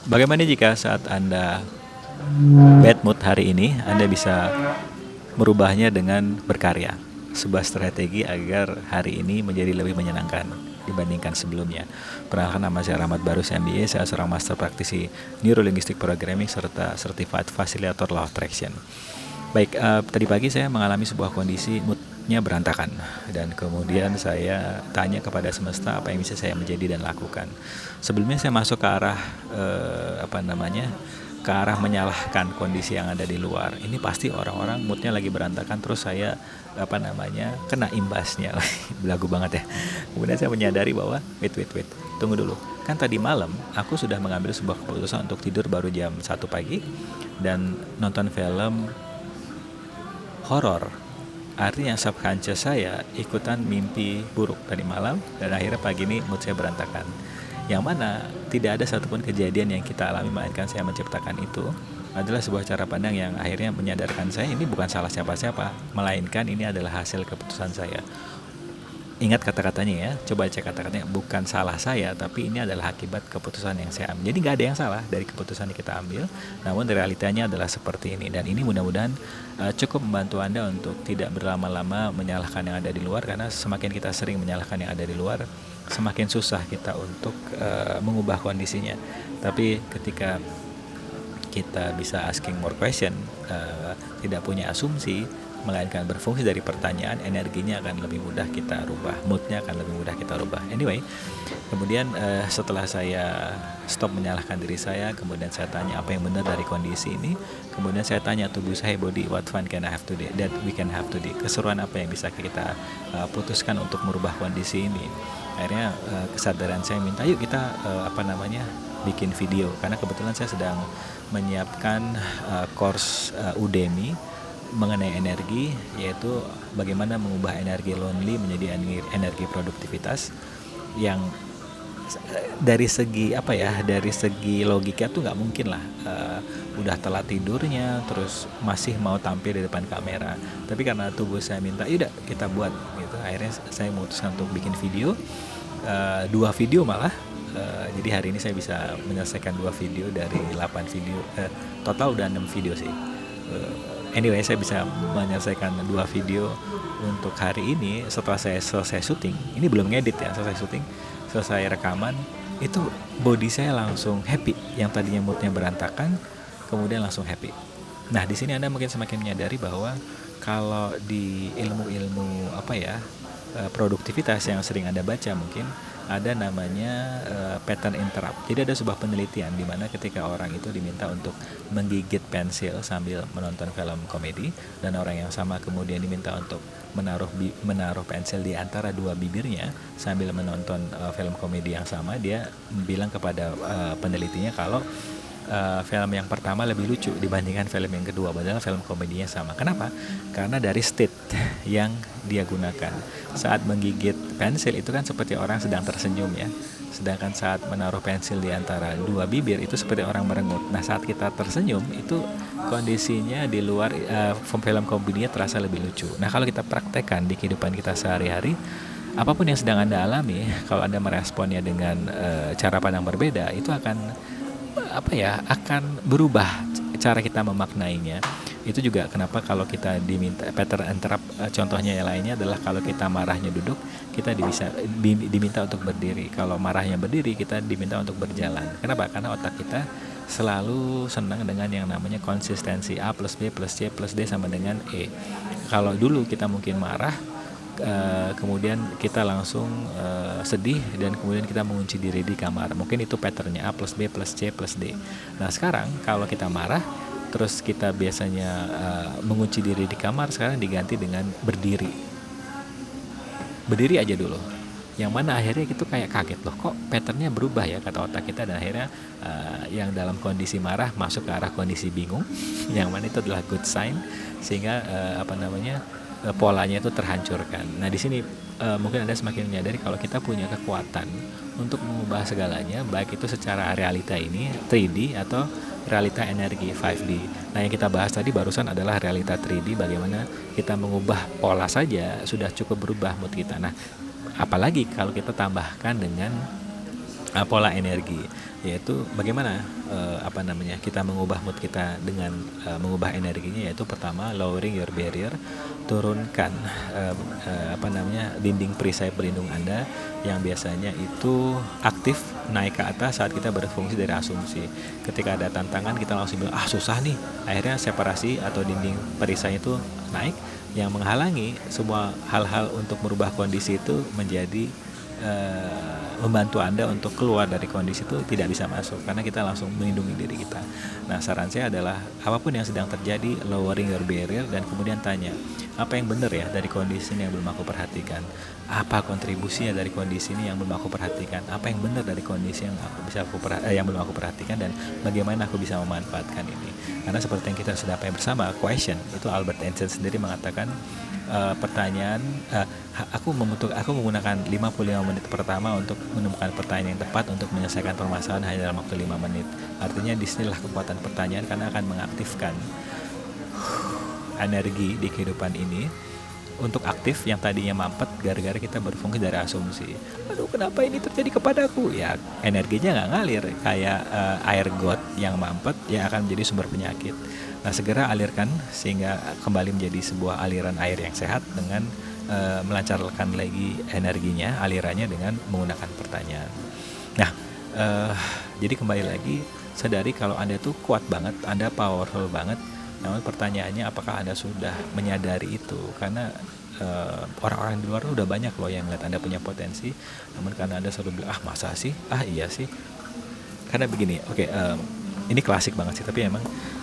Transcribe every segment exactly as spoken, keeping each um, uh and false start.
Bagaimana jika saat Anda bad mood hari ini, Anda bisa merubahnya dengan berkarya? Sebuah strategi agar hari ini menjadi lebih menyenangkan dibandingkan sebelumnya. Perkenalkan, nama saya Rahmat Barus M B A. Saya seorang master praktisi Neurolinguistic Programming serta Certified Facilitator Law of Attraction. Baik, uh, tadi pagi saya mengalami sebuah kondisi moodnya berantakan, dan kemudian saya tanya kepada semesta apa yang bisa saya menjadi dan lakukan. Sebelumnya saya masuk ke arah uh, apa namanya ke arah menyalahkan kondisi yang ada di luar. Ini pasti orang-orang moodnya lagi berantakan, terus saya apa namanya kena imbasnya. Belagu banget ya. Kemudian saya menyadari bahwa wait wait wait tunggu dulu, kan tadi malam aku sudah mengambil sebuah keputusan untuk tidur baru jam satu pagi dan nonton film horor. Artinya subconscious saya ikutan mimpi buruk tadi malam, dan akhirnya pagi ini mood saya berantakan. Yang mana tidak ada satupun kejadian yang kita alami, melainkan saya menciptakan itu. Adalah sebuah cara pandang yang akhirnya menyadarkan saya ini bukan salah siapa-siapa, melainkan ini adalah hasil keputusan saya. Ingat kata-katanya ya, coba cek kata-katanya, bukan salah saya, tapi ini adalah akibat keputusan yang saya ambil. Jadi gak ada yang salah dari keputusan yang kita ambil, namun realitanya adalah seperti ini. Dan ini mudah-mudahan uh, cukup membantu Anda untuk tidak berlama-lama menyalahkan yang ada di luar, karena semakin kita sering menyalahkan yang ada di luar, semakin susah kita untuk uh, mengubah kondisinya. Tapi ketika kita bisa asking more question, uh, tidak punya asumsi, melainkan berfungsi dari pertanyaan, energinya akan lebih mudah kita rubah, moodnya akan lebih mudah kita rubah. Anyway, kemudian uh, setelah saya stop menyalahkan diri saya, kemudian saya tanya apa yang benar dari kondisi ini, kemudian saya tanya tubuh saya, body, what fun can I have today, that we can have today, keseruan apa yang bisa kita uh, putuskan untuk merubah kondisi ini. Akhirnya uh, kesadaran saya minta, yuk kita uh, apa namanya bikin video, karena kebetulan saya sedang menyiapkan uh, course uh, Udemy mengenai energi, yaitu bagaimana mengubah energi lonely menjadi energi produktivitas yang dari segi apa ya dari segi logika tuh nggak mungkin lah, uh, udah telat tidurnya terus masih mau tampil di depan kamera, tapi karena tubuh saya minta yaudah kita buat gitu, akhirnya saya memutuskan untuk bikin video, uh, dua video malah. Uh, jadi hari ini saya bisa menyelesaikan dua video dari delapan video, uh, total udah enam video sih. Uh, Anyway, saya bisa menyelesaikan dua video untuk hari ini setelah saya selesai syuting. Ini belum ngedit ya, selesai syuting, selesai rekaman, itu body saya langsung happy. Yang tadinya moodnya berantakan, kemudian langsung happy. Nah, di sini Anda mungkin semakin menyadari bahwa kalau di ilmu-ilmu apa ya, produktivitas yang sering Anda baca, mungkin ada namanya uh, pattern interrupt. Jadi ada sebuah penelitian di mana ketika orang itu diminta untuk menggigit pensil sambil menonton film komedi, dan orang yang sama kemudian diminta untuk menaruh bi- menaruh pensil di antara dua bibirnya sambil menonton uh, film komedi yang sama, dia bilang kepada uh, penelitinya kalau Uh, film yang pertama lebih lucu dibandingkan film yang kedua, padahal film komedinya sama. Kenapa? Karena dari state yang dia gunakan saat menggigit pensil itu kan seperti orang sedang tersenyum ya, sedangkan saat menaruh pensil di antara dua bibir itu seperti orang merengut. Nah, saat kita tersenyum itu kondisinya di luar uh, film komedinya terasa lebih lucu. Nah, kalau kita praktekkan di kehidupan kita sehari-hari, apapun yang sedang Anda alami, kalau Anda meresponnya dengan uh, cara pandang berbeda, itu akan apa ya akan berubah cara kita memaknainya. Itu juga kenapa kalau kita diminta pattern interrupt, contohnya yang lainnya adalah kalau kita marahnya duduk, kita bisa diminta untuk berdiri. Kalau marahnya berdiri, kita diminta untuk berjalan. Kenapa? Karena otak kita selalu senang dengan yang namanya konsistensi, A plus B plus C plus D sama dengan E. Kalau dulu kita mungkin marah, Uh, kemudian kita langsung uh, sedih, dan kemudian kita mengunci diri di kamar. Mungkin itu patternnya A plus B plus C plus D. Nah, sekarang kalau kita marah terus kita biasanya uh, mengunci diri di kamar, sekarang diganti dengan berdiri. Berdiri aja dulu. Yang mana akhirnya itu kayak kaget, loh kok patternnya berubah ya, kata otak kita, dan akhirnya uh, yang dalam kondisi marah masuk ke arah kondisi bingung, yang mana itu adalah good sign, sehingga uh, apa namanya polanya itu terhancurkan. Nah, di sini uh, mungkin Anda semakin menyadari kalau kita punya kekuatan untuk mengubah segalanya, baik itu secara realita ini tiga D atau realita energi lima D. Nah, yang kita bahas tadi barusan adalah realita tiga D, bagaimana kita mengubah pola saja sudah cukup berubah mood kita. Nah, apalagi kalau kita tambahkan dengan uh, pola energi, yaitu bagaimana uh, apa namanya kita mengubah mood kita dengan uh, mengubah energinya, yaitu pertama lowering your barrier, turunkan uh, uh, apa namanya dinding perisai pelindung Anda yang biasanya itu aktif naik ke atas saat kita berfungsi dari asumsi. Ketika ada tantangan kita langsung bilang ah susah nih, akhirnya separasi atau dinding perisai itu naik yang menghalangi semua hal-hal untuk merubah kondisi itu menjadi uh, membantu Anda untuk keluar dari kondisi itu tidak bisa masuk karena kita langsung melindungi diri kita. Nah, saran saya adalah apapun yang sedang terjadi, lowering your barrier dan kemudian tanya, apa yang benar ya dari kondisi ini yang belum aku perhatikan? Apa kontribusinya dari kondisi ini yang belum aku perhatikan? Apa yang benar dari kondisi yang aku bisa aku perha- eh, yang belum aku perhatikan dan bagaimana aku bisa memanfaatkan ini? Karena seperti yang kita sudah pakai bersama, question itu Albert Einstein sendiri mengatakan uh, pertanyaan uh, aku membutuh aku menggunakan lima puluh lima menit pertama untuk menemukan pertanyaan yang tepat untuk menyelesaikan permasalahan hanya dalam waktu lima menit. Artinya disinilah kekuatan pertanyaan karena akan mengaktifkan energi di kehidupan ini untuk aktif yang tadinya mampet gara-gara kita berfungsi dari asumsi. Aduh, kenapa ini terjadi kepadaku? Ya, energinya nggak ngalir kayak uh, air got yang mampet yang akan menjadi sumber penyakit. Nah, segera alirkan sehingga kembali menjadi sebuah aliran air yang sehat dengan uh, melancarkan lagi energinya, alirannya dengan menggunakan pertanyaan. Nah, uh, jadi kembali lagi sadari kalau Anda tuh kuat banget, Anda powerful banget. Namun pertanyaannya apakah Anda sudah menyadari itu? Karena uh, orang-orang di luar udah banyak loh yang lihat Anda punya potensi. Namun karena Anda selalu bilang, ah masa sih? Ah iya sih. Karena begini, oke okay, um, ini klasik banget sih. Tapi emang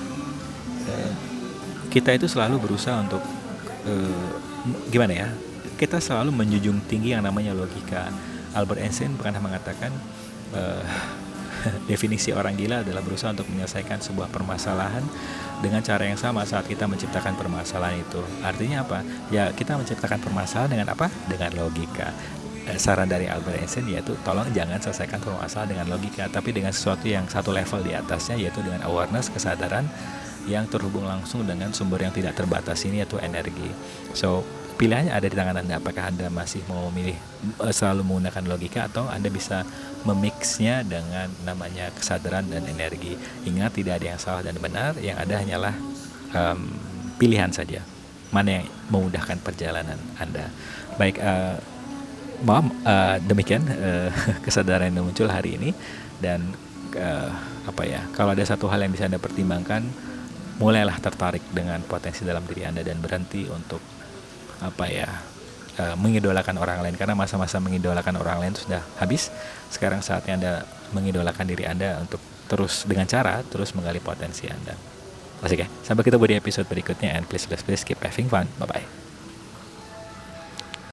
uh, kita itu selalu berusaha untuk uh, gimana ya? Kita selalu menjunjung tinggi yang namanya logika. Albert Einstein pernah mengatakan uh, definisi orang gila adalah berusaha untuk menyelesaikan sebuah permasalahan dengan cara yang sama saat kita menciptakan permasalahan itu. Artinya apa? Ya kita menciptakan permasalahan dengan apa? Dengan logika. Eh, saran dari Albert Einstein yaitu tolong jangan selesaikan permasalahan dengan logika, tapi dengan sesuatu yang satu level di atasnya, yaitu dengan awareness, kesadaran yang terhubung langsung dengan sumber yang tidak terbatas ini, yaitu energi. So pilihannya ada di tangan Anda. Apakah Anda masih mau memilih selalu menggunakan logika atau Anda bisa memixnya dengan namanya kesadaran dan energi. Ingat, tidak ada yang salah dan benar, yang ada hanyalah um, pilihan saja. Mana yang memudahkan perjalanan Anda. Baik, uh, maaf, uh, demikian uh, kesadaran yang muncul hari ini. Dan uh, apa ya? Kalau ada satu hal yang bisa Anda pertimbangkan, mulailah tertarik dengan potensi dalam diri Anda dan berhenti untuk apa ya uh, mengidolakan orang lain, karena masa-masa mengidolakan orang lain sudah habis. Sekarang saatnya Anda mengidolakan diri Anda untuk terus dengan cara terus menggali potensi Anda. Asik ya. Sampai ketemu di episode berikutnya, and please please please keep having fun. Bye bye.